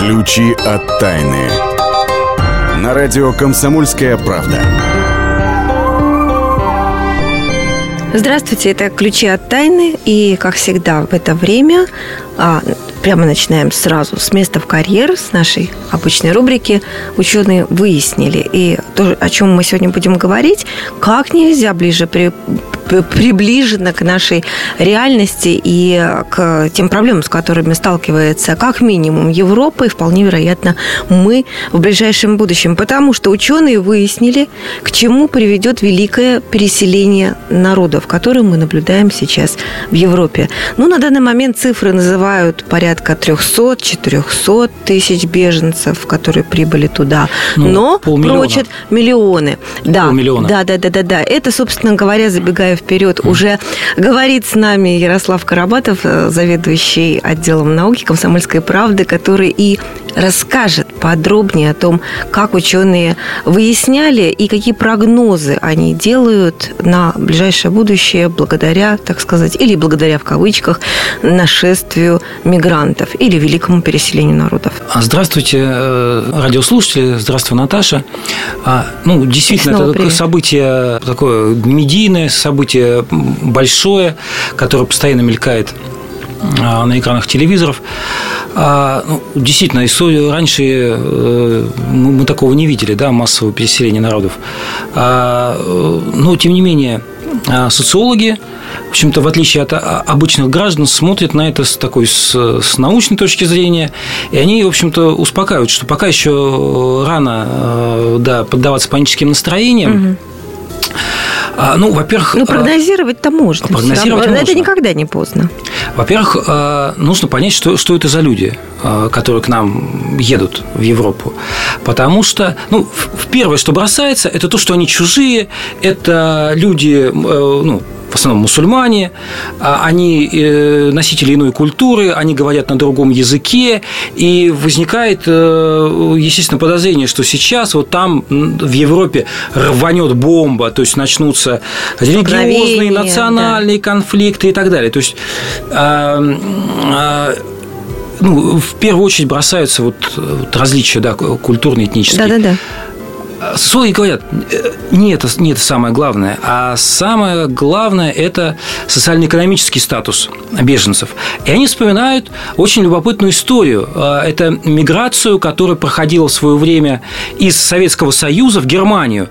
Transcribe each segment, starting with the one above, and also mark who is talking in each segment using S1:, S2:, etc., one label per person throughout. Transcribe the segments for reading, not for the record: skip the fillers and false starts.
S1: Ключи от тайны. На радио «Комсомольская правда».
S2: Здравствуйте, это «Ключи от тайны». И, как всегда, в это время прямо начинаем сразу с места в карьер, с нашей обычной рубрики «Ученые выяснили». И то, о чем мы сегодня будем говорить, как нельзя ближе приближено к нашей реальности и к тем проблемам, с которыми сталкивается как минимум Европа и, вполне вероятно, мы в ближайшем будущем. Потому что ученые выяснили, к чему приведет великое переселение народов, которое мы наблюдаем сейчас в Европе. На данный момент цифры называют порядка 300-400 тысяч беженцев, которые прибыли туда. Но прочат миллионы.
S3: Полмиллиона.
S2: Да. Это, собственно говоря, забегая вперед, уже говорит с нами Ярослав Карабатов, заведующий отделом науки «Комсомольской правды», который и расскажет подробнее о том, как ученые выясняли и какие прогнозы они делают на ближайшее будущее благодаря, так сказать, или благодаря в кавычках, нашествию мигрантов или великому переселению народов.
S3: Здравствуйте, радиослушатели. Здравствуй, Наташа. Действительно, это такое событие, такое медийное событие, большое, которое постоянно мелькает на экранах телевизоров. Действительно, раньше мы такого не видели, массового переселения народов. Но, тем не менее, социологи, в общем-то, в отличие от обычных граждан, смотрят на это с научной точки зрения, и они, в общем-то, успокаивают, что пока еще рано поддаваться паническим настроениям. Во-первых...
S2: прогнозировать-то можно. Это никогда не поздно.
S3: Во-первых, нужно понять, что это за люди, которые к нам едут в Европу. Потому что, первое, что бросается, это то, что они чужие, это люди, в основном мусульмане, они носители иной культуры, они говорят на другом языке, и возникает, естественно, подозрение, что сейчас вот там в Европе рванет бомба, то есть начнутся религиозные, национальные конфликты и так далее. То есть в первую очередь бросаются различия культурные, этнические.
S2: Да.
S3: Социологи говорят, не это самое главное, а самое главное – это социально-экономический статус беженцев. И они вспоминают очень любопытную историю. Это миграцию, которая проходила в свое время из Советского Союза в Германию.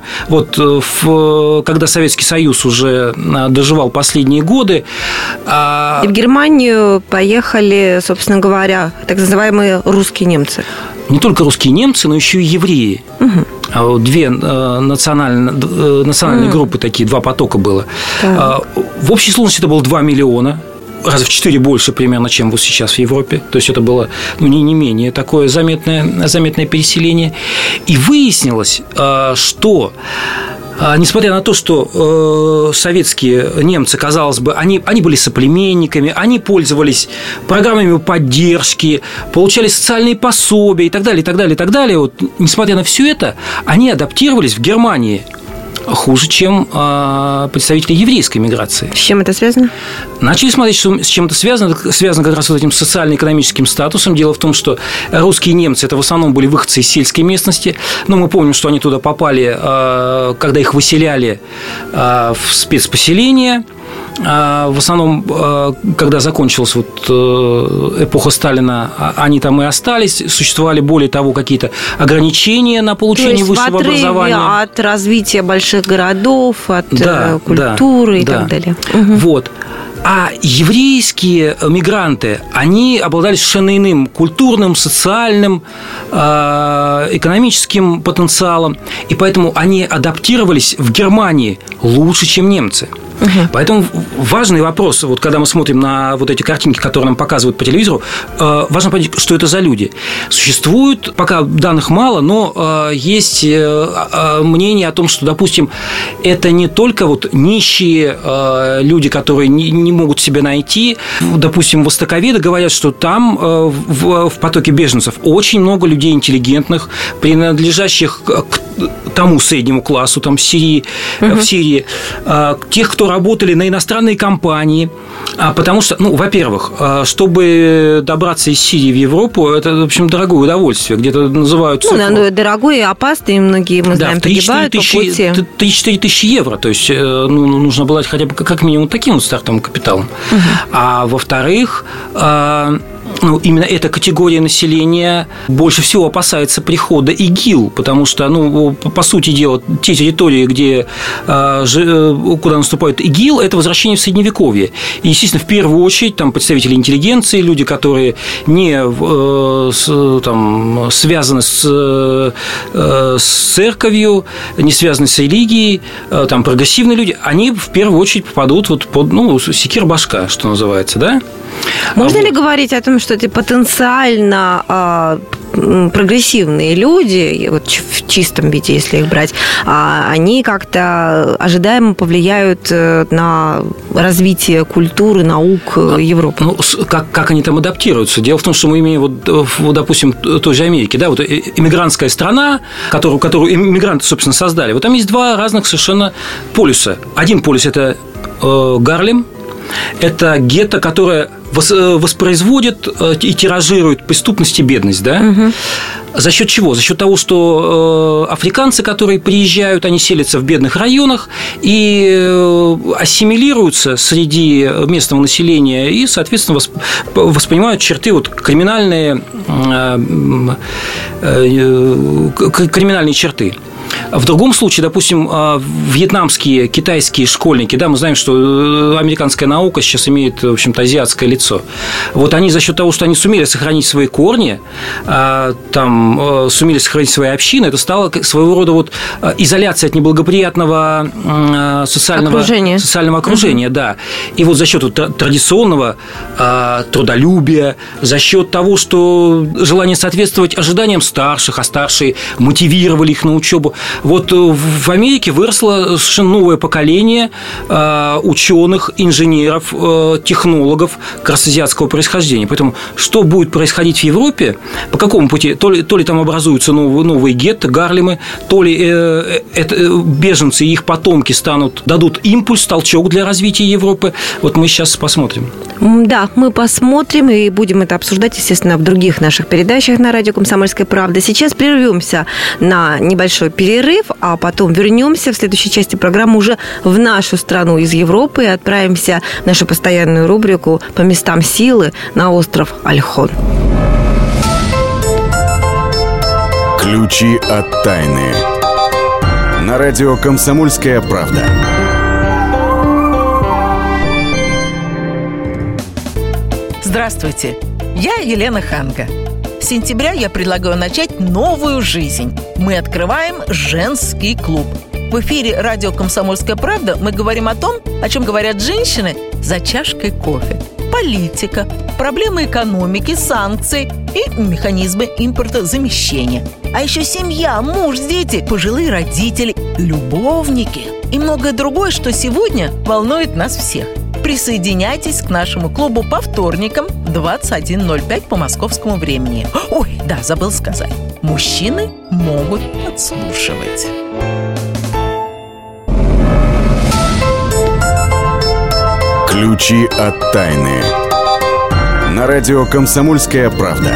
S3: Когда Советский Союз уже доживал последние годы.
S2: И в Германию поехали, собственно говоря, так называемые русские немцы.
S3: Не только русские немцы, но еще и евреи. Угу. Две национальные группы такие, два потока было. Да. В общей сложности это было 2 миллиона. Раза в 4 больше примерно, чем вот сейчас в Европе. То есть это было не менее такое заметное переселение. И выяснилось, что несмотря на то, что советские немцы, казалось бы, они были соплеменниками, они пользовались программами поддержки, получали социальные пособия и так далее, и так далее, и так далее. Несмотря на все это, они адаптировались в Германии хуже, чем представители еврейской миграции.
S2: С чем это связано?
S3: Начали смотреть, с чем это связано. Это связано как раз с этим социально-экономическим статусом. Дело в том, что русские немцы – это в основном были выходцы из сельской местности. Мы помним, что они туда попали, когда их выселяли в спецпоселение. В основном, когда закончилась эпоха Сталина, они там и остались. Существовали, более того, какие-то ограничения на получение высшего образования.
S2: От развития больших городов, от культуры и так далее.
S3: Угу. А еврейские мигранты, они обладали совершенно иным культурным, социальным, экономическим потенциалом. И поэтому они адаптировались в Германии лучше, чем немцы. Угу. Поэтому важный вопрос, когда мы смотрим на эти картинки, которые нам показывают по телевизору, важно понять, что это за люди. Существует, пока данных мало, но есть мнение о том, что, допустим, это не только нищие люди, которые не могут себя найти. Допустим, востоковеды говорят, что там в потоке беженцев очень много людей интеллигентных, принадлежащих к тому среднему классу там, в Сирии, тех, кто работали на иностранные компании, потому что, во-первых, чтобы добраться из Сирии в Европу, это, в общем, дорогое удовольствие, где-то называют цифру.
S2: Дорогое и опасное, и многие, мы знаем, погибают по пути.
S3: 3-4 тысячи евро, то есть нужно было хотя бы как минимум таким вот стартовым капиталом. А во-вторых, именно эта категория населения больше всего опасается прихода ИГИЛ, потому что, по сути дела, те территории, куда наступает ИГИЛ, это возвращение в Средневековье. И, естественно, в первую очередь там представители интеллигенции, люди, которые не связаны с церковью, не связаны с религией, там прогрессивные люди, они в первую очередь попадут вот под секир-башка, что называется, да?
S2: Можно ли говорить о том, что это потенциально прогрессивные люди, вот в чистом виде, если их брать, они как-то ожидаемо повлияют на развитие культуры, наук Европы?
S3: Как они там адаптируются? Дело в том, что мы имеем, допустим, той же Америки, да, вот иммигрантская страна, которую иммигранты, собственно, создали. Вот там есть два разных совершенно полюса. Один полюс – это Гарлем, это гетто, которое воспроизводит и тиражирует преступность и бедность, да? За счет чего? За счет того, что африканцы, которые приезжают, они селятся в бедных районах и ассимилируются среди местного населения и, соответственно, воспринимают черты криминальные черты. В другом случае, допустим, вьетнамские, китайские школьники, да, мы знаем, что американская наука сейчас имеет, в общем-то, азиатское лицо. Вот они за счет того, что они сумели сохранить свои корни, сумели сохранить свои общины, это стало своего рода изоляция от неблагоприятного социального окружения, да. И вот за счет традиционного трудолюбия, за счет того, что желание соответствовать ожиданиям старших, а старшие мотивировали их на учебу. Вот в Америке выросло совершенно новое поколение ученых, инженеров, технологов как раз азиатского происхождения. Поэтому что будет происходить в Европе, по какому пути? То ли там образуются новые гетто, Гарлемы, то ли беженцы и их потомки дадут импульс, толчок для развития Европы. Вот мы сейчас посмотрим.
S2: Да, мы посмотрим и будем это обсуждать, естественно, в других наших передачах на радио «Комсомольская правда». Сейчас прервемся на небольшой перерыв, а потом вернемся в следующей части программы уже в нашу страну из Европы и отправимся в нашу постоянную рубрику «По местам силы» на остров Альхон.
S1: Ключи от тайны. На радио «Комсомольская правда».
S4: Здравствуйте, я Елена Ханга. С сентября я предлагаю начать новую жизнь. Мы открываем женский клуб. В эфире радио «Комсомольская правда» мы говорим о том, о чем говорят женщины за чашкой кофе. Политика, проблемы экономики, санкции и механизмы импортозамещения. А еще семья, муж, дети, пожилые родители, любовники и многое другое, что сегодня волнует нас всех. Присоединяйтесь к нашему клубу по вторникам 21:05 по московскому времени. Ой, да, забыл сказать. Мужчины могут подслушивать.
S1: Ключи от тайны. На радио «Комсомольская правда».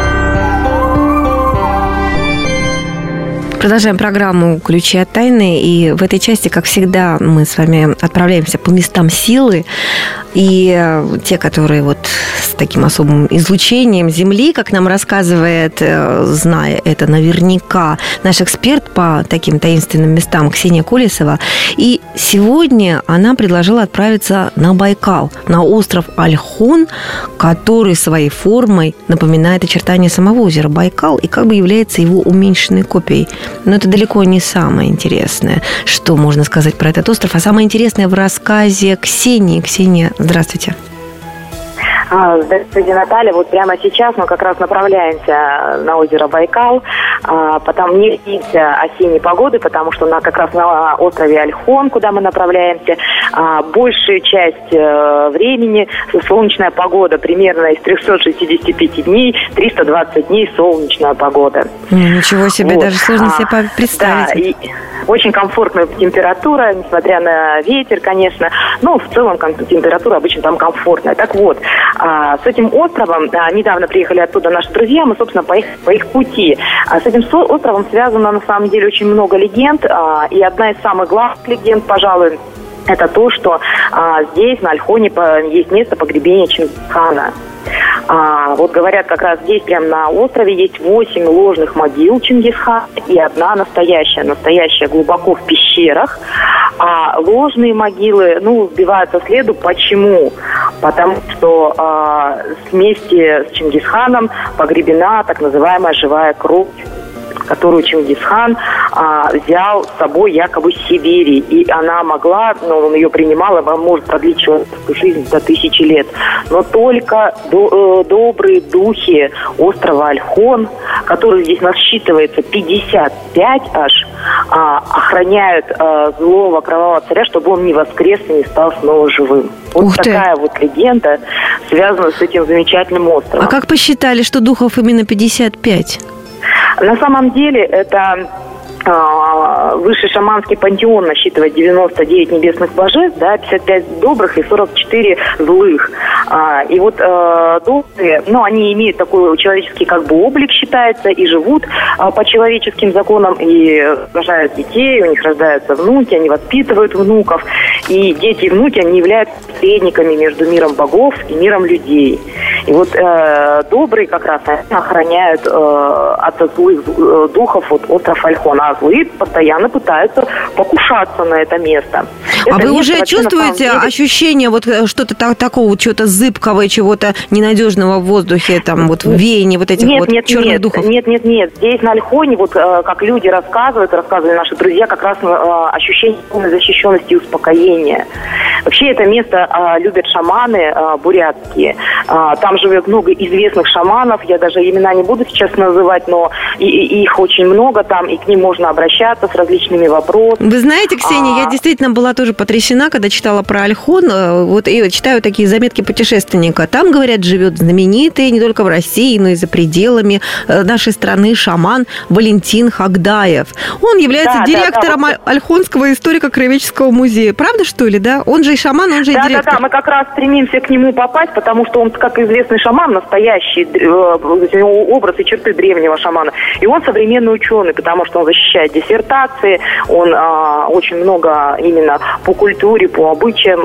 S2: Продолжаем программу «Ключи от тайны». И в этой части, как всегда, мы с вами отправляемся по местам силы. И те, которые с таким особым излучением Земли, как нам рассказывает, зная это наверняка, наш эксперт по таким таинственным местам Ксения Колесова. И сегодня она предложила отправиться на Байкал, на остров Альхон, который своей формой напоминает очертания самого озера Байкал и как бы является его уменьшенной копией. Но это далеко не самое интересное, что можно сказать про этот остров. А самое интересное в рассказе Ксении. Ксения, здравствуйте.
S5: Здравствуйте, Наталья. Вот прямо сейчас мы как раз направляемся на озеро Байкал. Потому не боимся осенней погоды, потому что как раз на острове Ольхон, куда мы направляемся, большую часть времени солнечная погода. Примерно из 365 дней 320 дней солнечная погода.
S2: Ничего себе, вот. Даже сложно себе представить.
S5: Да, и очень комфортная температура, несмотря на ветер, конечно. Но в целом температура обычно там комфортная. Так вот, с этим островом, недавно приехали оттуда наши друзья, мы, собственно, поехали по их пути. С этим островом связано, на самом деле, очень много легенд. И одна из самых главных легенд, пожалуй, это то, что здесь, на Ольхоне, есть место погребения Чингисхана. Вот говорят, как раз здесь, прямо на острове, есть 8 ложных могил Чингисхана и одна настоящая глубоко в пещерах. А ложные могилы, сбивают со следу. Почему? Потому что вместе с Чингисханом погребена так называемая живая кровь, которую Чингисхан взял с собой якобы с Сибири. И она могла, он ее принимал, и может продлить человеческую жизнь до 1000 лет. Но только добрые духи острова Ольхон, который здесь насчитывается 55 аж, охраняют злого кровавого царя, чтобы он не воскрес и не стал снова живым. Вот такая вот легенда связана с этим замечательным островом.
S2: А как посчитали, что духов именно 55?
S5: На самом деле это высший шаманский пантеон насчитывает 99 небесных божеств, 55 добрых и 44 злых. И вот добрые, они имеют такой человеческий облик, считается, и живут по человеческим законам, и рожают детей, у них рождаются внуки, они воспитывают внуков. И дети и внуки, они являются посредниками между миром богов и миром людей. И вот добрые как раз охраняют от злых духов остров Ольхон, а злые постоянно пытаются покушаться на это место.
S2: Вы уже чувствуете ощущение что-то такого, чего-то зыбкого, чего-то ненадежного в воздухе, в веянии этих черных духов?
S5: Нет. Здесь на Ольхоне, как люди рассказывали наши друзья, как раз ощущение полной защищенности и успокоения. Вообще это место любят шаманы бурятские. Там живет много известных шаманов, я даже имена не буду сейчас называть, но их очень много там, и к ним можно обращаться с различными вопросами.
S2: Вы знаете, Ксения, я действительно была тоже потрясена, когда читала про Ольхон, и читаю такие заметки путешественника. Там, говорят, живет знаменитый не только в России, но и за пределами нашей страны шаман Валентин Хагдаев. Он является директором Ольхонского историко-краеведческого музея. Правда, что ли, да? Он же и шаман, он же и директор.
S5: Да, мы как раз стремимся к нему попасть, потому что он, как известный шаман, настоящий образ и черты древнего шамана. И он современный ученый, потому что он защищает диссертации, он очень много именно по культуре, по обычаям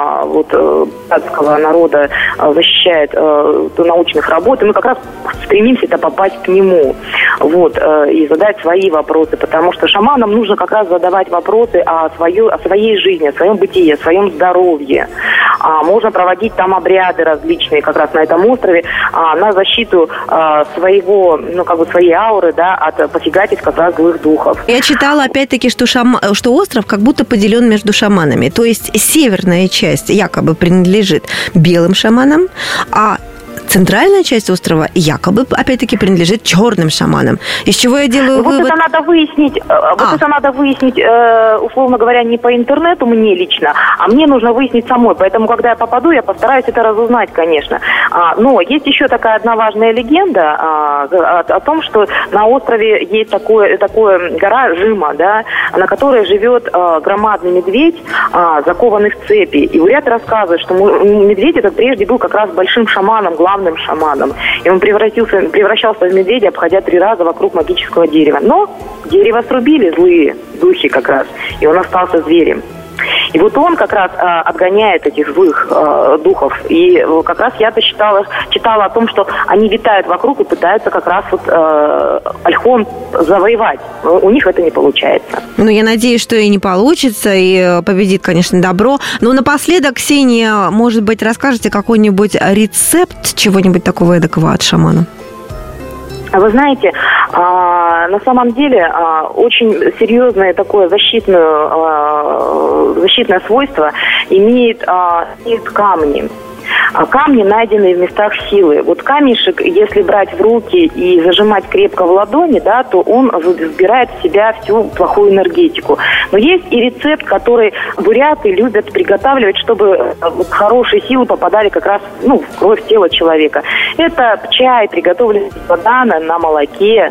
S5: бурятского народа защищает научных работ. И мы как раз стремимся попасть к нему и задать свои вопросы, потому что шаманам нужно как раз задавать вопросы о своей жизни, о своем бытии, о своем здоровье. Можно проводить там обряды различные как раз на этом острове на защиту своей ауры, от посягательств как раз злых духов.
S2: Я читала опять-таки, что остров как будто поделен между шаманами. То есть северная часть якобы принадлежит белым шаманам, а центральная часть острова якобы, опять-таки, принадлежит черным шаманам. Из чего я делаю вывод?
S5: Это надо выяснить, условно говоря, не по интернету мне лично, а мне нужно выяснить самой. Поэтому, когда я попаду, я постараюсь это разузнать, конечно. Но есть еще такая одна важная легенда о том, что на острове есть такая гора Жима, на которой живет громадный медведь, закованный в цепи. И буряты рассказывают, что медведь этот прежде был как раз большим шаманом, главным шаманом. И он превращался в медведя, обходя 3 раза вокруг магического дерева. Но дерево срубили злые духи как раз, и он остался зверем. И он как раз отгоняет этих злых духов. И как раз я-то читала о том, что они витают вокруг и пытаются как раз Ольхон завоевать. Но у них это не получается.
S2: Я надеюсь, что и не получится, и победит, конечно, добро. Но напоследок, Ксения, может быть, расскажете какой-нибудь рецепт чего-нибудь такого эдакого от шамана?
S5: Вы знаете, на самом деле очень серьезное такое защитное свойство имеют камни. камни, найденные в местах силы. Вот камешек, если брать в руки и зажимать крепко в ладони, да, то он вбирает в себя всю плохую энергетику. Но есть и рецепт, который буряты любят приготавливать, чтобы хорошие силы попадали как раз в кровь тела человека. Это чай, приготовленный из бадана на молоке,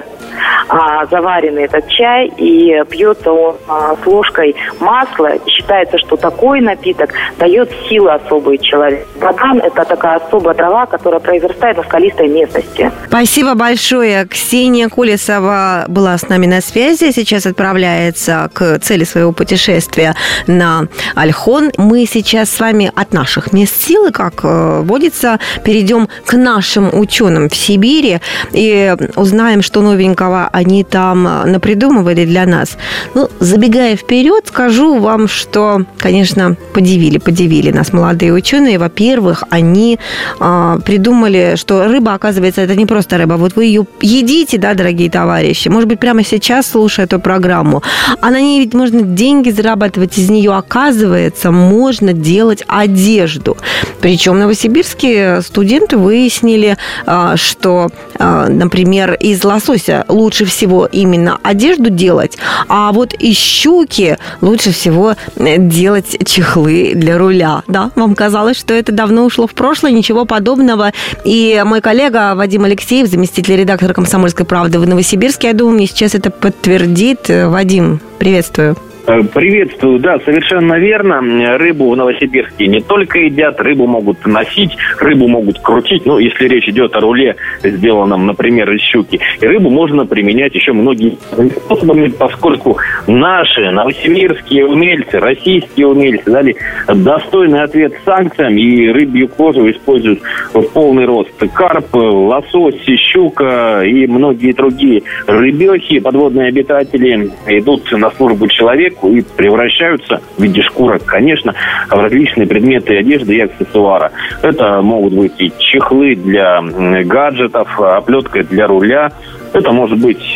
S5: заваренный этот чай, и пьется он с ложкой масла. И считается, что такой напиток дает силы особые человеку. Бадан – это такая особая трава, которая произрастает на скалистой местности.
S2: Спасибо большое. Ксения Колесова была с нами на связи. Сейчас отправляется к цели своего путешествия на Ольхон. Мы сейчас с вами от наших мест силы, как водится, перейдем к нашим ученым в Сибири и узнаем, что новенького они там напридумывали для нас. Забегая вперед, скажу вам, что, конечно, подивили нас молодые ученые. Во-первых, они придумали, что рыба, оказывается, это не просто рыба. Вот вы ее едите, да, дорогие товарищи, может быть, прямо сейчас, слушая эту программу, а на ней ведь можно деньги зарабатывать, из нее, оказывается, можно делать одежду. Причем новосибирские студенты выяснили, что, например, из лосося лучше всего именно одежду делать, а вот из щуки лучше всего делать чехлы для руля. Да, вам казалось, что это давно ушло в прошлое, ничего подобного. И мой коллега Вадим Алексеев, заместитель редактора «Комсомольской правды» в Новосибирске, я думаю, мне сейчас это подтвердит. Вадим, приветствую.
S6: Приветствую, да, совершенно верно. Рыбу в Новосибирске не только едят, рыбу могут носить, рыбу могут крутить, если речь идет о руле, сделанном, например, из щуки. И рыбу можно применять еще многими способами, поскольку наши новосибирские умельцы, российские умельцы дали достойный ответ санкциям, и рыбью кожу используют в полный рост. Карп, лосось, щука и многие другие рыбехи, подводные обитатели идут на службу человеку и превращаются в виде шкурок, конечно, в различные предметы одежды и аксессуара. Это могут быть и чехлы для гаджетов, оплетка для руля. Это может быть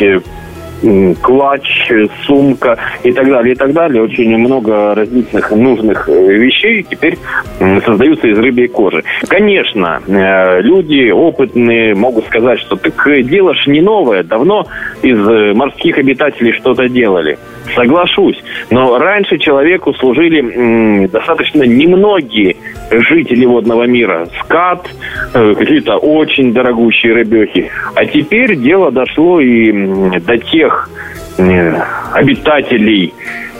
S6: клатч, сумка и так далее, и так далее. Очень много различных нужных вещей теперь создаются из рыбьей кожи. Конечно, люди опытные могут сказать, что так дело ж не новое, давно из морских обитателей что-то делали. Соглашусь, но раньше человеку служили достаточно немногие жители водного мира. Скат, какие-то очень дорогущие рыбехи. А теперь дело дошло и до тех обитателей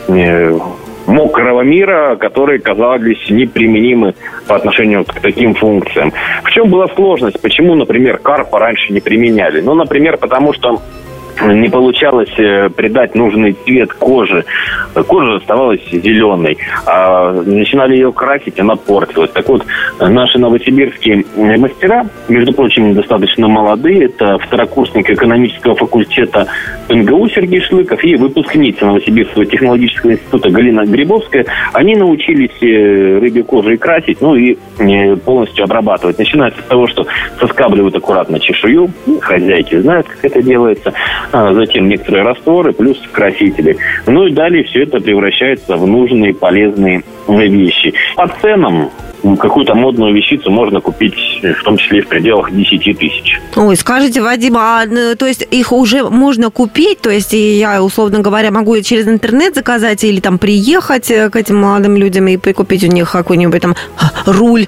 S6: мокрого мира, которые казались неприменимы по отношению к таким функциям. В чем была сложность? Почему, например, карпа раньше не применяли? Например, потому что не получалось придать нужный цвет кожи. Кожа оставалась зеленой. А начинали ее красить, она портилась. Так вот, наши новосибирские мастера, между прочим, достаточно молодые, это второкурсник экономического факультета НГУ Сергей Шлыков и выпускница Новосибирского технологического института Галина Грибовская, они научились рыбью кожу и красить, и полностью обрабатывать. Начинается с того, что соскабливают аккуратно чешую, хозяйки знают, как это делается, затем некоторые растворы, плюс красители. И далее все это превращается в нужные, полезные вещи. По ценам какую-то модную вещицу можно купить, в том числе в пределах 10 тысяч.
S2: Ой, скажите, Вадим, то есть их уже можно купить? То есть я, условно говоря, могу через интернет заказать или там приехать к этим молодым людям и прикупить у них какой-нибудь там руль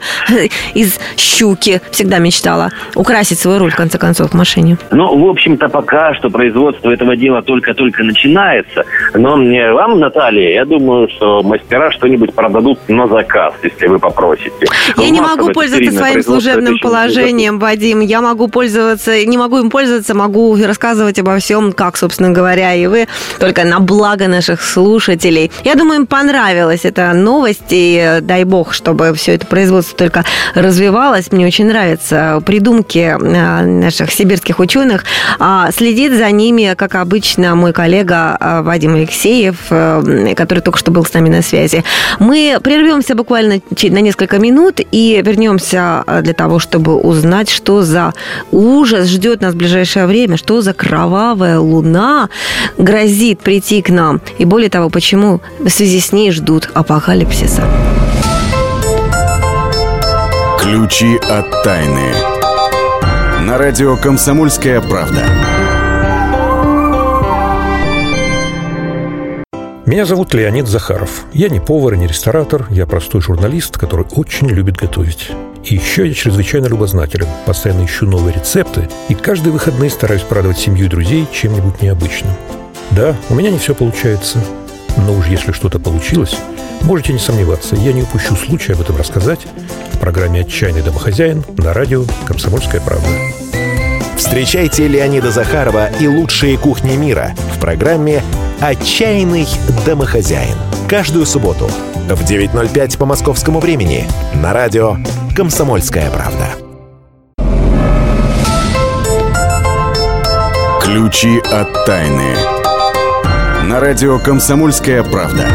S2: из щуки? Всегда мечтала украсить свой руль, в конце концов, в машине.
S6: В общем-то, пока что производство этого дела только-только начинается. Но вам, Наталья, я думаю, что мастера что-нибудь продадут на заказ, если вы попросите.
S2: Я не могу пользоваться своим служебным положением, Вадим. Я не могу им пользоваться, могу рассказывать обо всем, как, собственно говоря, и вы, только на благо наших слушателей. Я думаю, им понравилась эта новость, и дай бог, чтобы все это производство только развивалось. Мне очень нравятся придумки наших сибирских ученых. Следит за ними, как обычно, мой коллега Вадим Алексеев, который только что был с нами на связи. Мы прервемся буквально на несколько минут и вернемся для того, чтобы узнать, что за ужас ждет нас в ближайшее время, что за кровавая луна грозит прийти к нам, и более того, почему в связи с ней ждут апокалипсиса.
S1: Ключи от тайны. На радио «Комсомольская правда».
S7: Меня зовут Леонид Захаров. Я не повар и не ресторатор, я простой журналист, который очень любит готовить. И еще я чрезвычайно любознателен, постоянно ищу новые рецепты и каждые выходные стараюсь порадовать семью и друзей чем-нибудь необычным. Да, у меня не все получается, но уж если что-то получилось, можете не сомневаться, я не упущу случая об этом рассказать в программе «Отчаянный домохозяин» на радио «Комсомольская правда».
S8: Встречайте Леонида Захарова и лучшие кухни мира в программе «Отчаянный домохозяин». Каждую субботу в 9:05 по московскому времени на радио «Комсомольская правда».
S1: Ключи от тайны. На радио «Комсомольская правда».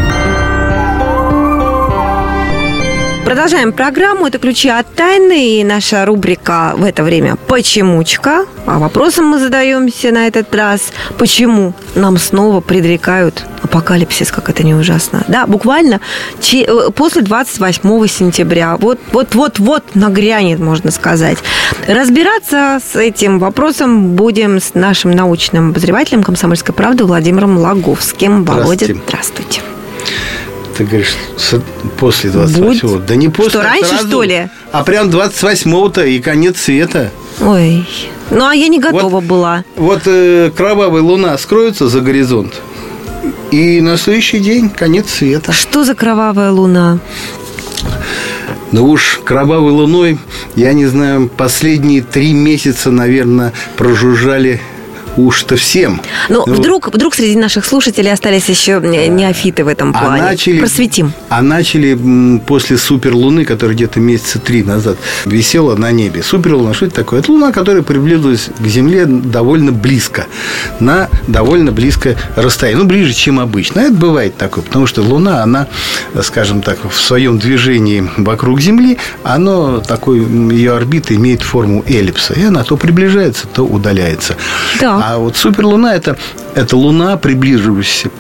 S2: Продолжаем программу. Это «Ключи от тайны». И наша рубрика в это время «Почемучка». А вопросом мы задаемся на этот раз. Почему нам снова предрекают апокалипсис, как это не ужасно? Да, буквально после 28 сентября. Вот нагрянет, можно сказать. Разбираться с этим вопросом будем с нашим научным обозревателем «Комсомольской правды» Владимиром Логовским. Володя, здравствуйте.
S9: Ты говоришь, после 28-го. Да не после.
S2: Что, раньше, сразу, что ли?
S9: А прям 28-го-то и конец света.
S2: Ой, ну а я не готова была.
S9: Вот кровавая луна скроется за горизонт, и на следующий день конец света.
S2: Что за кровавая луна?
S9: Ну уж кровавой луной, я не знаю, последние 3 месяца, наверное, прожужжали уж-то всем.
S2: Ну, вдруг среди наших слушателей остались еще неофиты в этом плане. Просветим.
S9: А начали после суперлуны, которая где-то месяца 3 назад висела на небе. Суперлуна, что это такое? Это луна, которая приблизилась к Земле довольно близко. На довольно близкое расстояние. Ну, ближе, чем обычно. Это бывает такое, потому что Луна, она, скажем так, в своем движении вокруг Земли, она такой, ее орбита имеет форму эллипса. И она то приближается, то удаляется.
S2: Да.
S9: А вот суперлуна – это луна, приблизившаяся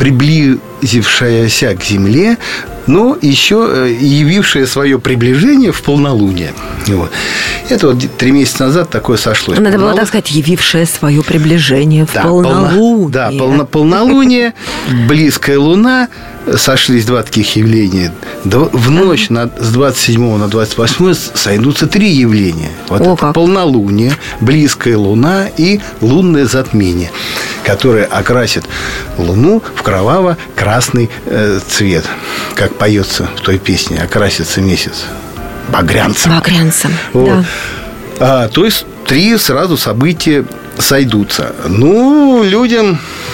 S9: к Земле, но еще явившая свое приближение в полнолуние. Вот. Это вот 3 месяца назад такое сошлось.
S2: Надо было так сказать, явившая свое приближение в полнолуние.
S9: Да, полнолуние, близкая луна. Сошлись 2 таких явления. В ночь с 27 на 28 сойдутся 3 явления. Вот это как? Полнолуние, близкая луна и лунное затмение, которое окрасит луну в кроваво-красный цвет. Как поется в той песне, окрасится месяц багрянцем.
S2: Вот.
S9: Да. То есть 3 сразу события сойдутся. Ну, людям,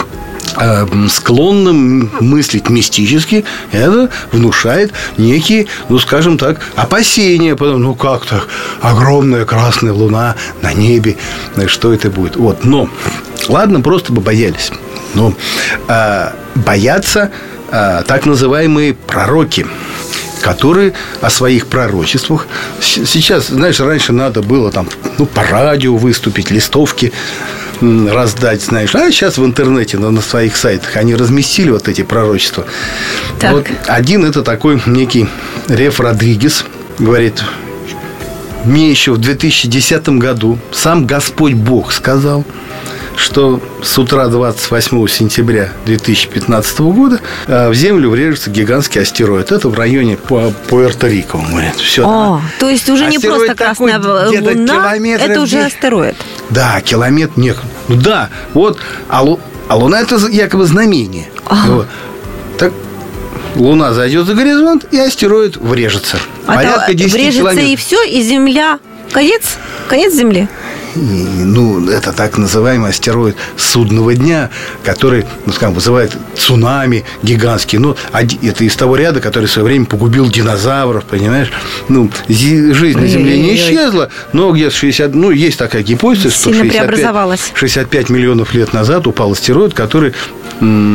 S9: склонным мыслить мистически, это внушает некие, ну, скажем так, опасения. Ну, как так? Огромная красная луна на небе. Что это будет? Вот. Но, ладно, просто бы боялись. Но боятся так называемые пророки, которые о своих пророчествах. Сейчас, знаешь, раньше надо было там, по радио выступить, листовки раздать, знаешь. А сейчас в интернете, на своих сайтах они разместили вот эти пророчества.
S2: Так.
S9: Вот один это такой некий Реф Родригес. Говорит, мне еще в 2010 году сам Господь Бог сказал, что с утра 28 сентября 2015 года в Землю врежется гигантский астероид. Это в районе Пуэрто-Рико.
S2: То есть уже не просто красная луна, это уже астероид.
S9: Да, километр. Нет. Ну да, вот. А луна это якобы знамение. Вот. Так луна зайдет за горизонт, и астероид врежется.
S2: Порядка 10 врежется километров. И все, и Земля. Конец Земли.
S9: Это так называемый астероид судного дня, который, вызывает цунами гигантские. Это из того ряда, который в свое время погубил динозавров, понимаешь? Жизнь на Земле не исчезла, но где-то 60... есть такая гипотеза, что 65 миллионов лет назад упал астероид, который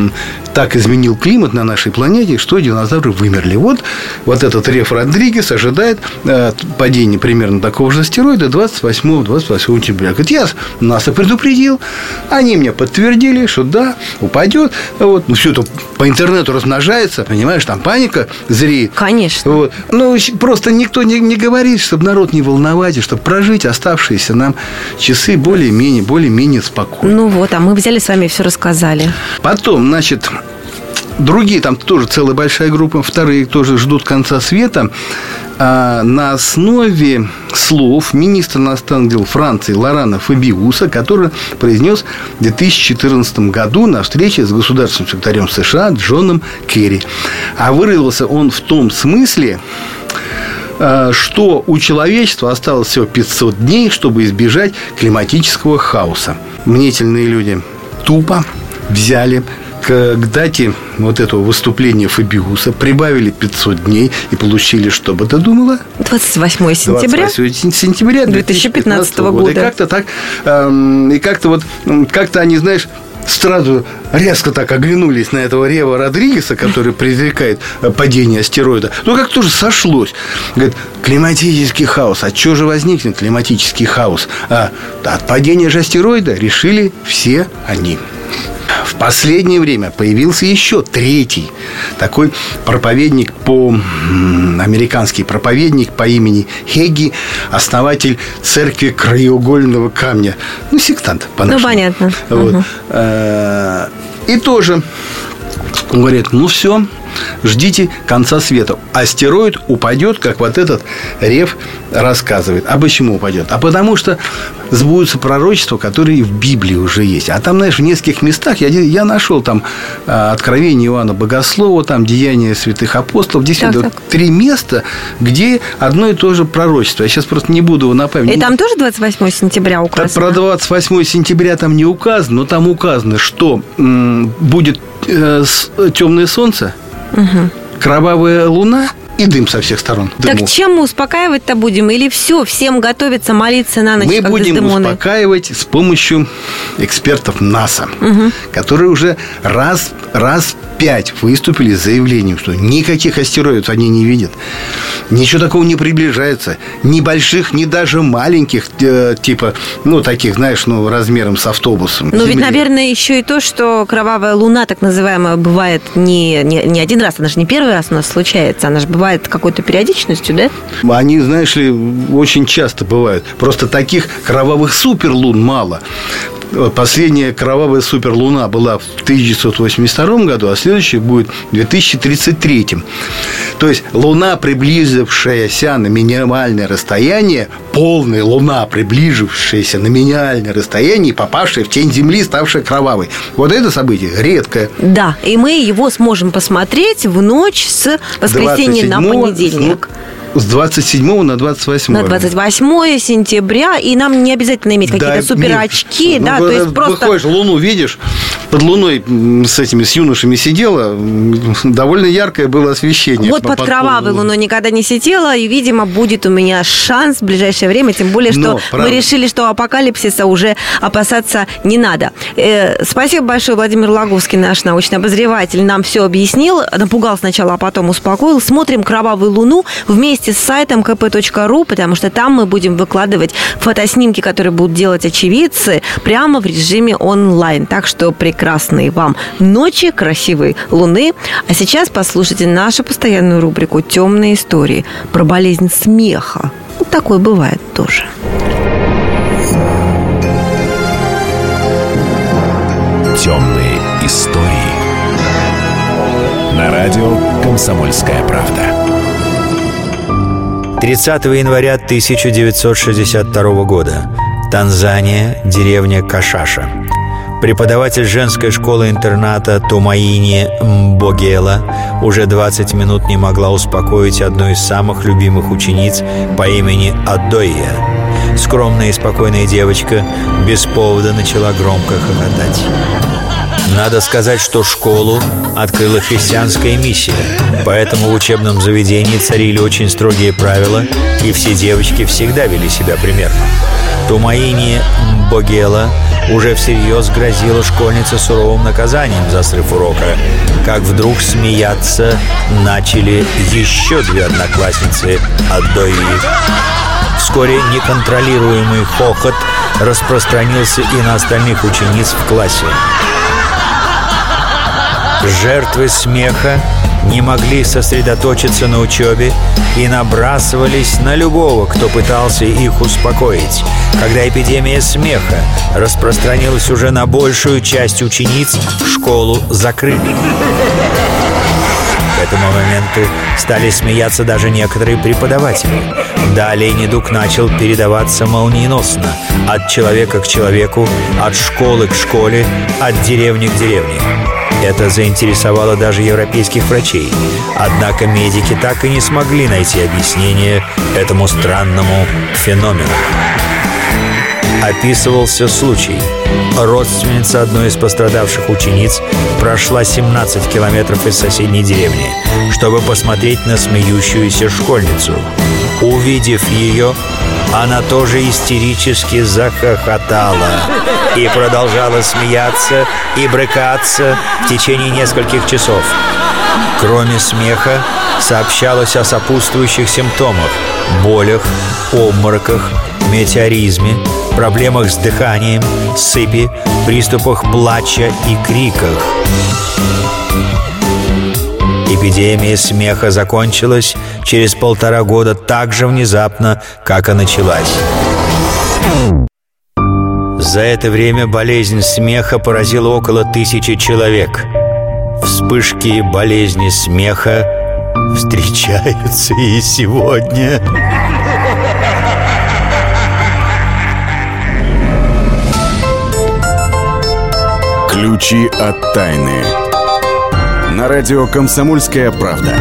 S9: так изменил климат на нашей планете, что динозавры вымерли. Вот этот Реф Родригес ожидает падения примерно такого же астероида 28 сентября. Говорит, я НАСА предупредил, они мне подтвердили, что да, упадет. Вот. Ну, все это по интернету размножается, понимаешь, там паника зреет.
S2: Конечно.
S9: Вот. Ну, просто никто не говорит, чтобы народ не волновать, и чтобы прожить оставшиеся нам часы более-менее спокойно.
S2: Ну вот, а мы взяли с вами и все рассказали.
S9: Потом, значит, другие, там тоже целая большая группа, вторые тоже ждут конца света. На основе слов министра иностранных дел Франции Лорана Фабиуса, который произнес в 2014 году на встрече с государственным секретарем США Джоном Керри. А выразился он в том смысле, что у человечества осталось всего 500 дней, чтобы избежать климатического хаоса. Мнительные люди тупо взяли к дате вот этого выступления Фабиуса, прибавили 500 дней и получили, что бы ты думала?
S2: 28 сентября 2015 года.
S9: И как-то так, как-то они, знаешь, сразу резко так оглянулись на этого Рева Родригеса, который предрекает падение астероида. Ну, как тоже сошлось. Говорит, климатический хаос. А что же возникнет климатический хаос? От падения же астероида решили все они. В последнее время появился еще третий такой проповедник, американский проповедник по имени Хеги, основатель церкви краеугольного камня. Ну, сектант, по-нашему.
S2: Ну, понятно.
S9: Вот. И тоже говорит, ну, все, ждите конца света. Астероид упадет, как вот этот Рев рассказывает. А почему упадет? А потому что сбудутся пророчества, которые в Библии уже есть. А там, знаешь, в нескольких местах я нашел там Откровение Иоанна Богослова, там Деяния святых апостолов. Действительно, так. 3 места, где одно и то же пророчество. Я сейчас просто не буду его напомнить.
S2: И там тоже 28 сентября указано?
S9: Про 28 сентября там не указано, но там указано, что будет темное солнце, кровавая луна и дым со всех сторон.
S2: Так чем мы успокаивать-то будем? Или все, всем готовиться, молиться на ночь?
S9: Мы будем успокаивать с помощью экспертов НАСА, которые уже раз 5 выступили с заявлением, что никаких астероидов они не видят. Ничего такого не приближается. Ни больших, ни даже маленьких, типа, таких, знаешь, размером с автобусом.
S2: Но ведь, наверное, еще и то, что кровавая луна, так называемая, бывает не один раз. Она же не первый раз у нас случается. Она же бывает какой-то периодичностью, да?
S9: Они, знаешь ли, очень часто бывают. Просто таких кровавых суперлун мало. Последняя кровавая суперлуна была в 1982 году, а следующая будет в 2033. То есть Луна, приблизившаяся на минимальное расстояние, полная Луна, приближившаяся на минимальное расстояние, попавшая в тень Земли, ставшая кровавой. Вот это событие редкое.
S2: Да, и мы его сможем посмотреть в ночь с воскресенья на понедельник.
S9: С 27 на 28.
S2: На 28 сентября. И нам не обязательно иметь какие-то суперочки. Да, то есть просто...
S9: Выходишь, Луну видишь. Под Луной с юношами сидела. Довольно яркое было освещение.
S2: Вот под кровавой Луной никогда не сидела. И, видимо, будет у меня шанс в ближайшее время. Тем более, что мы решили, что апокалипсиса уже опасаться не надо. Спасибо большое, Владимир Логовский, наш научный обозреватель. Нам все объяснил. Напугал сначала, а потом успокоил. Смотрим «Кровавую луну» вместе с сайтом kp.ru, потому что там мы будем выкладывать фотоснимки, которые будут делать очевидцы, прямо в режиме онлайн. Так что прекрасной вам ночи, красивой луны. А сейчас послушайте нашу постоянную рубрику «Темные истории» про болезнь смеха. Вот такое бывает тоже.
S8: «Темные истории» на радио «Комсомольская правда».
S10: 30 января 1962 года. Танзания, деревня Кашаша. Преподаватель женской школы-интерната Тумаини Мбогела уже 20 минут не могла успокоить одну из самых любимых учениц по имени Аддоия. Скромная и спокойная девочка без повода начала громко хохотать. Надо сказать, что школу открыла христианская миссия, поэтому в учебном заведении царили очень строгие правила, и все девочки всегда вели себя примерно. Тумаини Мбогела уже всерьез грозила школьнице суровым наказанием за срыв урока, как вдруг смеяться начали еще две одноклассницы от Дои. Вскоре неконтролируемый хохот распространился и на остальных учениц в классе. Жертвы смеха не могли сосредоточиться на учебе и набрасывались на любого, кто пытался их успокоить. Когда эпидемия смеха распространилась уже на большую часть учениц, школу закрыли. К этому моменту стали смеяться даже некоторые преподаватели. Далее недуг начал передаваться молниеносно от человека к человеку, от школы к школе, от деревни к деревне. Это заинтересовало даже европейских врачей. Однако медики так и не смогли найти объяснение этому странному феномену. Описывался случай. Родственница одной из пострадавших учениц прошла 17 километров из соседней деревни, чтобы посмотреть на смеющуюся школьницу. Увидев ее, она тоже истерически захохотала и продолжала смеяться и брыкаться в течение нескольких часов. Кроме смеха, сообщалось о сопутствующих симптомах – болях, обмороках, метеоризме, проблемах с дыханием, сыпи, приступах плача и криках. Эпидемия смеха закончилась через 1,5 года так же внезапно, как и началась. За это время болезнь смеха поразила около 1000 человек. Вспышки болезни смеха встречаются и сегодня.
S1: Ключи от тайны. На радио «Комсомольская правда».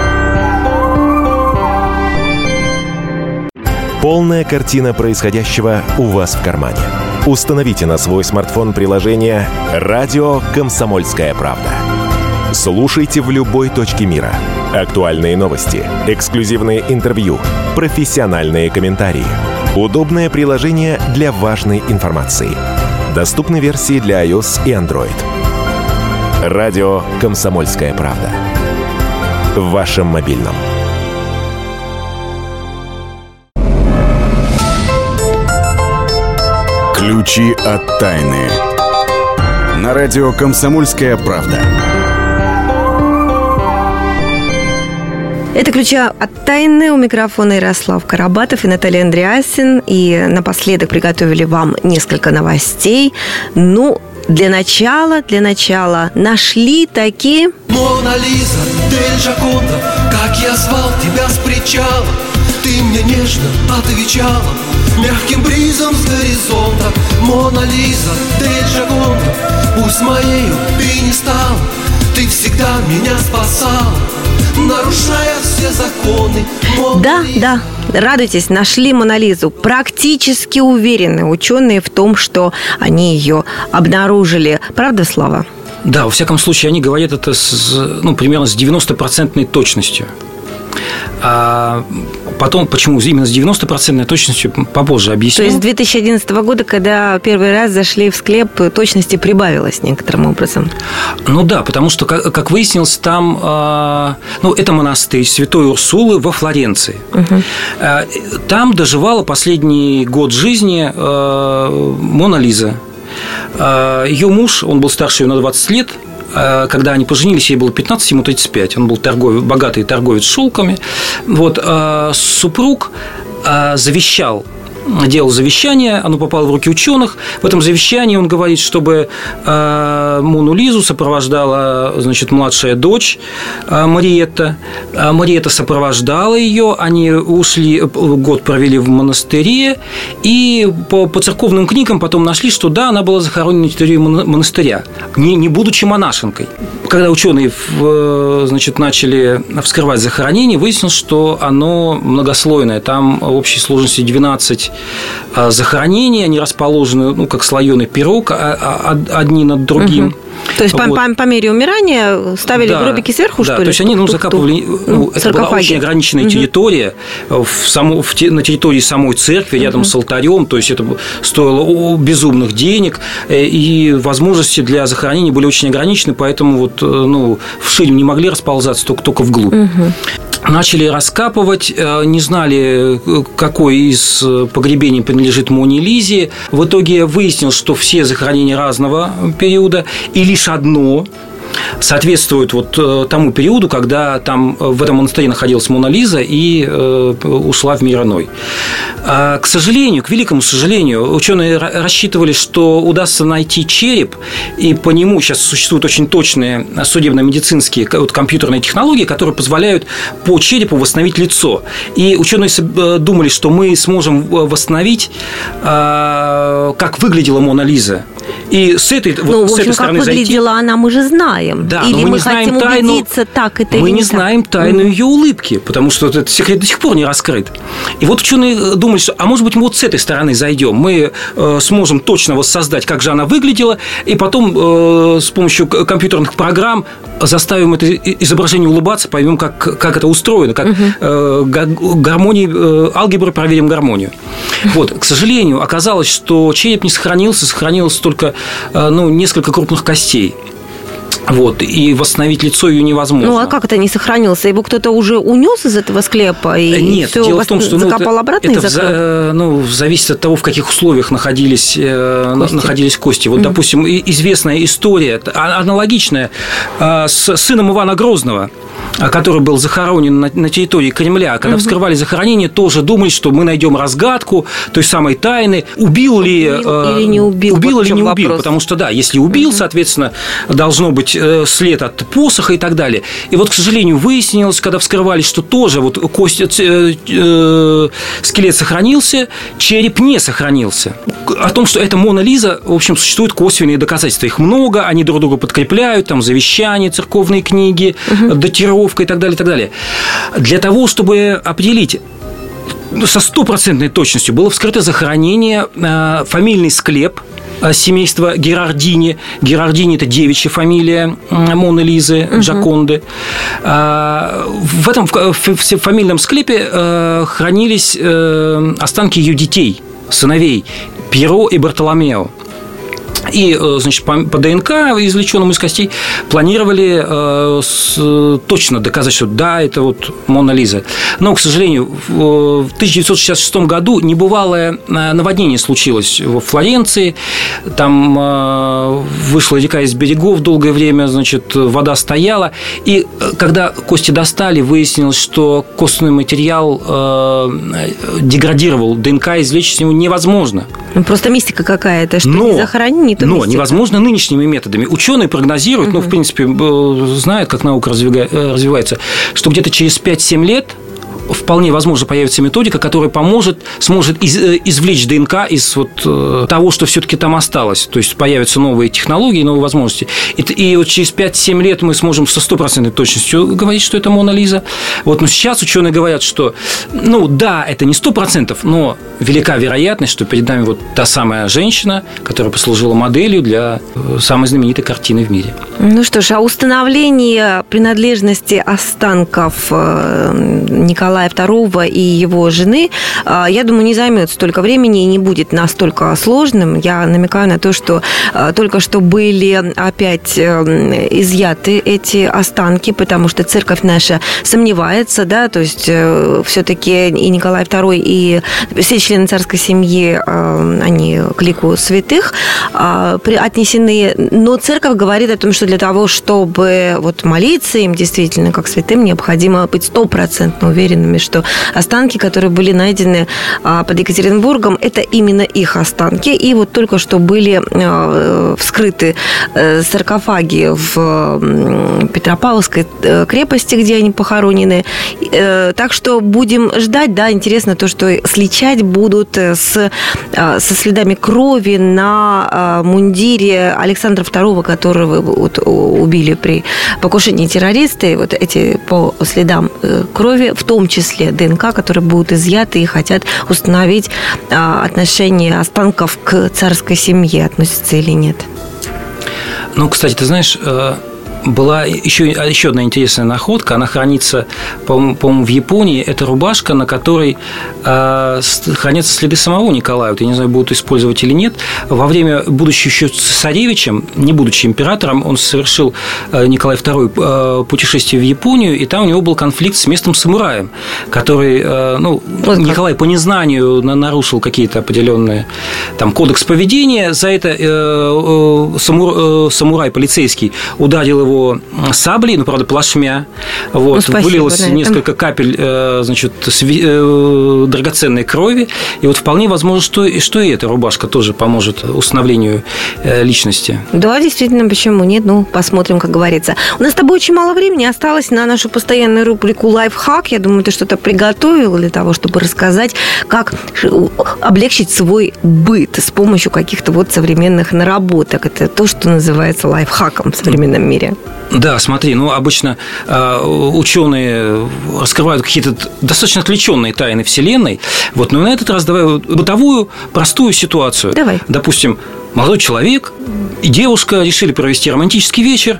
S8: Полная картина происходящего у вас в кармане. Установите на свой смартфон приложение «Радио Комсомольская правда». Слушайте в любой точке мира. Актуальные новости, эксклюзивные интервью, профессиональные комментарии. Удобное приложение для важной информации. Доступны версии для iOS и Android. Радио «Комсомольская правда». В вашем мобильном.
S1: Ключи от тайны. На радио «Комсомольская правда».
S2: Это «Ключи от тайны». У микрофона Ярослав Карабатов и Наталья Андреасин. И напоследок приготовили вам несколько новостей. Для начала нашли такие...
S11: Мона Лиза, Дель Джаконда, как я звал тебя с причала, ты мне нежно отвечала мягким бризом с горизонта. Мона Лиза, Дель Джаконда, пусть моею ты не стала, ты всегда меня спасала, нарушая все законы.
S2: Да, радуйтесь, нашли Мону Лизу. Практически уверены ученые в том, что они ее обнаружили. Правда, Слава?
S3: Да, во всяком случае, они говорят это примерно с 90% точностью. А потом, почему именно с 90% точностью, попозже объясню.
S2: То есть с 2011 года, когда первый раз зашли в склеп, точности прибавилось некоторым образом?
S3: Да, потому что, как выяснилось, там... это монастырь Святой Урсулы во Флоренции. Угу. Там доживала последний год жизни Мона Лиза. Ее муж, он был старше ее на 20 лет. Когда они поженились, ей было 15, ему 35. Он был богатый торговец шелками. Супруг делал завещание, оно попало в руки ученых. В этом завещании он говорит, чтобы Мону Лизу сопровождала, младшая дочь Мариетта. Мариетта сопровождала ее, они ушли, год провели в монастыре, и по церковным книгам потом нашли, что да, она была захоронена на территории монастыря, не будучи монашенкой. Когда ученые начали вскрывать захоронение, выяснилось, что оно многослойное. Там в общей сложности 12 захоронения, они расположены, как слоеный пирог, одни над другим.
S2: Угу. То есть по мере умирания ставили гробики сверху, что ли?
S3: То есть они закапывали. Это была очень ограниченная территория на территории самой церкви, рядом с алтарем. То есть это стоило безумных денег, и возможности для захоронения были очень ограничены, поэтому вширь не могли расползаться, только вглубь. Начали раскапывать, не знали, какое из погребений принадлежит Моне Лизе. В итоге выяснилось, что все захоронения разного периода, и лишь одно соответствует тому периоду, когда там в этом монастыре находилась Мона Лиза и ушла в мир иной. К сожалению, к великому сожалению, ученые рассчитывали, что удастся найти череп, и по нему сейчас существуют очень точные судебно-медицинские компьютерные технологии, которые позволяют по черепу восстановить лицо. И ученые думали, что мы сможем восстановить, как выглядела Мона Лиза. И с этой стороны
S2: как выглядела она, мы же знаем.
S3: Да,
S2: или
S3: но мы не
S2: хотим
S3: знаем
S2: убедиться, так это
S3: мы
S2: или
S3: не
S2: так.
S3: знаем тайну ее улыбки, потому что этот секрет до сих пор не раскрыт. И ученые думали, что, может быть, мы с этой стороны зайдем, мы сможем точно воссоздать, как же она выглядела, и потом с помощью компьютерных программ заставим это изображение улыбаться, поймем, как это устроено, как алгебры проверим гармонию. К сожалению, оказалось, что череп не сохранился, сохранилось только несколько крупных костей. И восстановить лицо ее невозможно.
S2: А как это не сохранился? Его кто-то уже унес из этого склепа и
S3: Нет,
S2: все
S3: дело в том, что
S2: закопал обратно и закрыл?
S3: Зависит от того, в каких условиях находились кости. Допустим, известная история, аналогичная, с сыном Ивана Грозного, который был захоронен на территории Кремля. Когда вскрывали захоронение, тоже думали, что мы найдем разгадку той самой тайны. Убил или не убил? Убил или не убил? Вопрос. Потому что, если убил, соответственно, должно быть след от посоха и так далее. И к сожалению, выяснилось, когда вскрывали, что тоже скелет сохранился, череп не сохранился. О том, что это Мона Лиза, в общем, существуют косвенные доказательства. Их много, они друг друга подкрепляют, там завещания, церковные книги, датировка и так далее, и так далее. Для того, чтобы определить со 100% точностью, было вскрыто захоронение, фамильный склеп семейства Герардини. Герардини – это девичья фамилия Моны Лизы, Джаконды. В этом фамильном склепе хранились останки ее детей, сыновей Пьеро и Бартоломео. И, по ДНК, извлеченному из костей, планировали точно доказать, что да, это Мона Лиза. Но, к сожалению, в 1966 году небывалое наводнение случилось в Флоренции. Там вышла река из берегов долгое время, вода стояла. И когда кости достали, выяснилось, что костный материал деградировал. ДНК извлечь с него невозможно.
S2: Просто мистика какая-то, что не захоронили.
S3: Но невозможно нынешними методами. Ученые прогнозируют, в принципе, знают, как наука развивается, что где-то через 5-7 лет вполне возможно появится методика, которая сможет извлечь ДНК из того, что все-таки там осталось. То есть появятся новые технологии, новые возможности. И через 5-7 лет мы сможем со 100% точностью говорить, что это Мона Лиза. Но сейчас ученые говорят, что да, это не 100%, но велика вероятность, что перед нами та самая женщина, которая послужила моделью для самой знаменитой картины в мире.
S2: Что ж, установление принадлежности останков Николая II и его жены, я думаю, не займет столько времени и не будет настолько сложным. Я намекаю на то, что только что были опять изъяты эти останки, потому что церковь наша сомневается, то есть все-таки и Николай II, и все члены царской семьи, они к лику святых отнесены, но церковь говорит о том, что для того, чтобы молиться им действительно как святым, необходимо быть 100% уверенными, что останки, которые были найдены под Екатеринбургом, это именно их останки. И только что были вскрыты саркофаги в Петропавловской крепости, где они похоронены. Так что будем ждать. Интересно то, что сличать будут со следами крови на мундире Александра II, которого вот убили при покушении террористы, вот эти по следам крови, в том числе ДНК, которые будут изъяты и хотят установить отношение останков к царской семье, относятся или нет.
S3: Ну, кстати, ты знаешь, была еще одна интересная находка. Она хранится, по-моему, в Японии. Это рубашка, на которой хранятся следы самого Николая. Вот я не знаю, будут использовать или нет. Во время, будучи еще царевичем, не будучи императором, он совершил, Николай II, путешествие в Японию, и там у него был конфликт с местным самураем, который, Николай по незнанию нарушил какие-то определенные там кодекс поведения. За это самурай полицейский ударил его саблей, правда, плашмя. Вот, вылилось несколько капель, драгоценной крови. И вот вполне возможно, что и эта рубашка тоже поможет установлению личности.
S2: Да, действительно, почему нет? Ну, посмотрим, как говорится. У нас с тобой очень мало времени осталось на нашу постоянную рубрику «Лайфхак». Я думаю, ты что-то приготовил для того, чтобы рассказать, как облегчить свой быт с помощью каких-то вот современных наработок. Это то, что называется лайфхаком в современном мире.
S3: Да, смотри, обычно ученые раскрывают какие-то достаточно отвлеченные тайны Вселенной. Вот, но на этот раз давай бытовую, простую ситуацию.
S2: Давай.
S3: Допустим, молодой человек и девушка решили провести романтический вечер.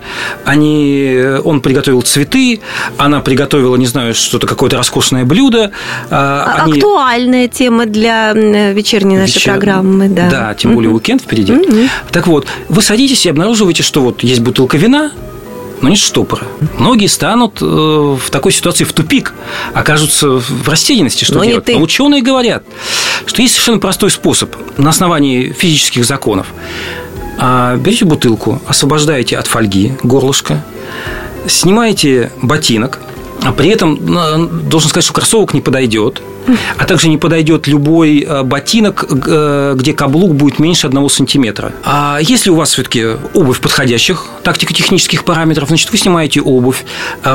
S3: Он приготовил цветы, она приготовила, не знаю, что-то, какое-то роскошное блюдо.
S2: Актуальная тема для вечерней нашей программы.
S3: Да, тем более уикенд впереди. Так вот, вы садитесь и обнаруживаете, что вот есть бутылка вина, но нет штопора. Многие станут в такой ситуации в тупик, окажутся в растерянности, что делать. Но ученые говорят, что есть совершенно простой способ на основании физических законов. Берите бутылку, освобождаете от фольги горлышко, снимаете ботинок, а при этом должен сказать, что кроссовок не подойдет, а также не подойдет любой ботинок, где каблук будет меньше 1 сантиметра. А если у вас все-таки обувь подходящих тактико-технических параметров, значит, вы снимаете обувь,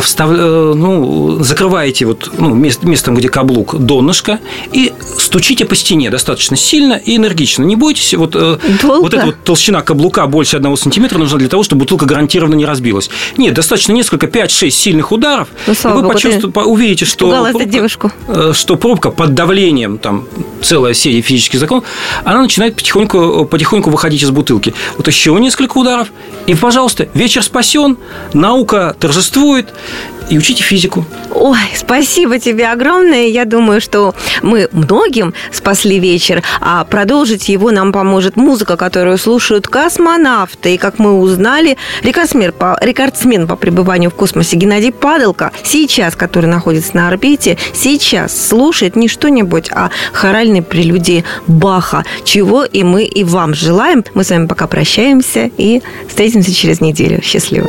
S3: закрываете местом, где каблук, донышко, и стучите по стене достаточно сильно и энергично. Не бойтесь, вот эта вот толщина каблука больше 1 сантиметра нужна для того, чтобы бутылка гарантированно не разбилась. Нет, достаточно несколько, 5-6 сильных ударов, и вы увидите, что пробка под давлением, там целая серия физических законов, она начинает потихоньку выходить из бутылки. Вот еще несколько ударов, и, пожалуйста, вечер спасен, наука торжествует, и учите физику.
S2: Ой, спасибо тебе огромное. Я думаю, что мы многим спасли вечер, а продолжить его нам поможет музыка, которую слушают космонавты. И, как мы узнали, рекордсмен по пребыванию в космосе Геннадий Падалко, который находится на орбите, сейчас слушает не что-нибудь, а хоральные прелюдии Баха, чего и мы, и вам желаем. Мы с вами пока прощаемся и встретимся через неделю. Счастливо.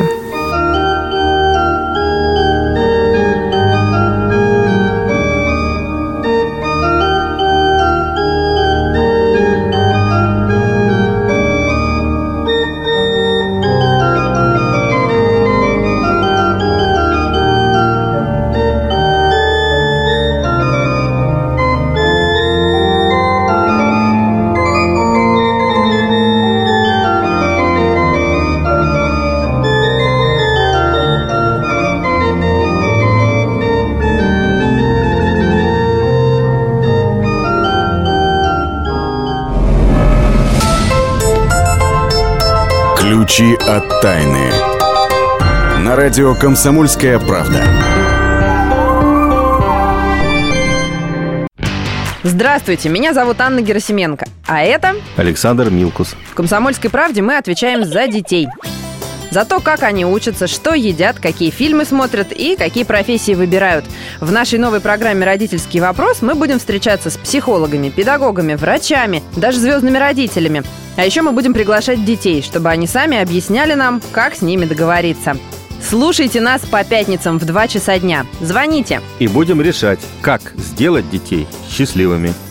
S1: Ключи от тайны. На радио «Комсомольская правда».
S12: Здравствуйте, меня зовут Анна Герасименко, а это
S13: Александр Милкус.
S12: В «Комсомольской правде» мы отвечаем за детей. За то, как они учатся, что едят, какие фильмы смотрят и какие профессии выбирают. В нашей новой программе «Родительский вопрос» мы будем встречаться с психологами, педагогами, врачами, даже звездными родителями. А еще мы будем приглашать детей, чтобы они сами объясняли нам, как с ними договориться. Слушайте нас по пятницам в 2 часа дня. Звоните.
S13: И будем решать, как сделать детей счастливыми.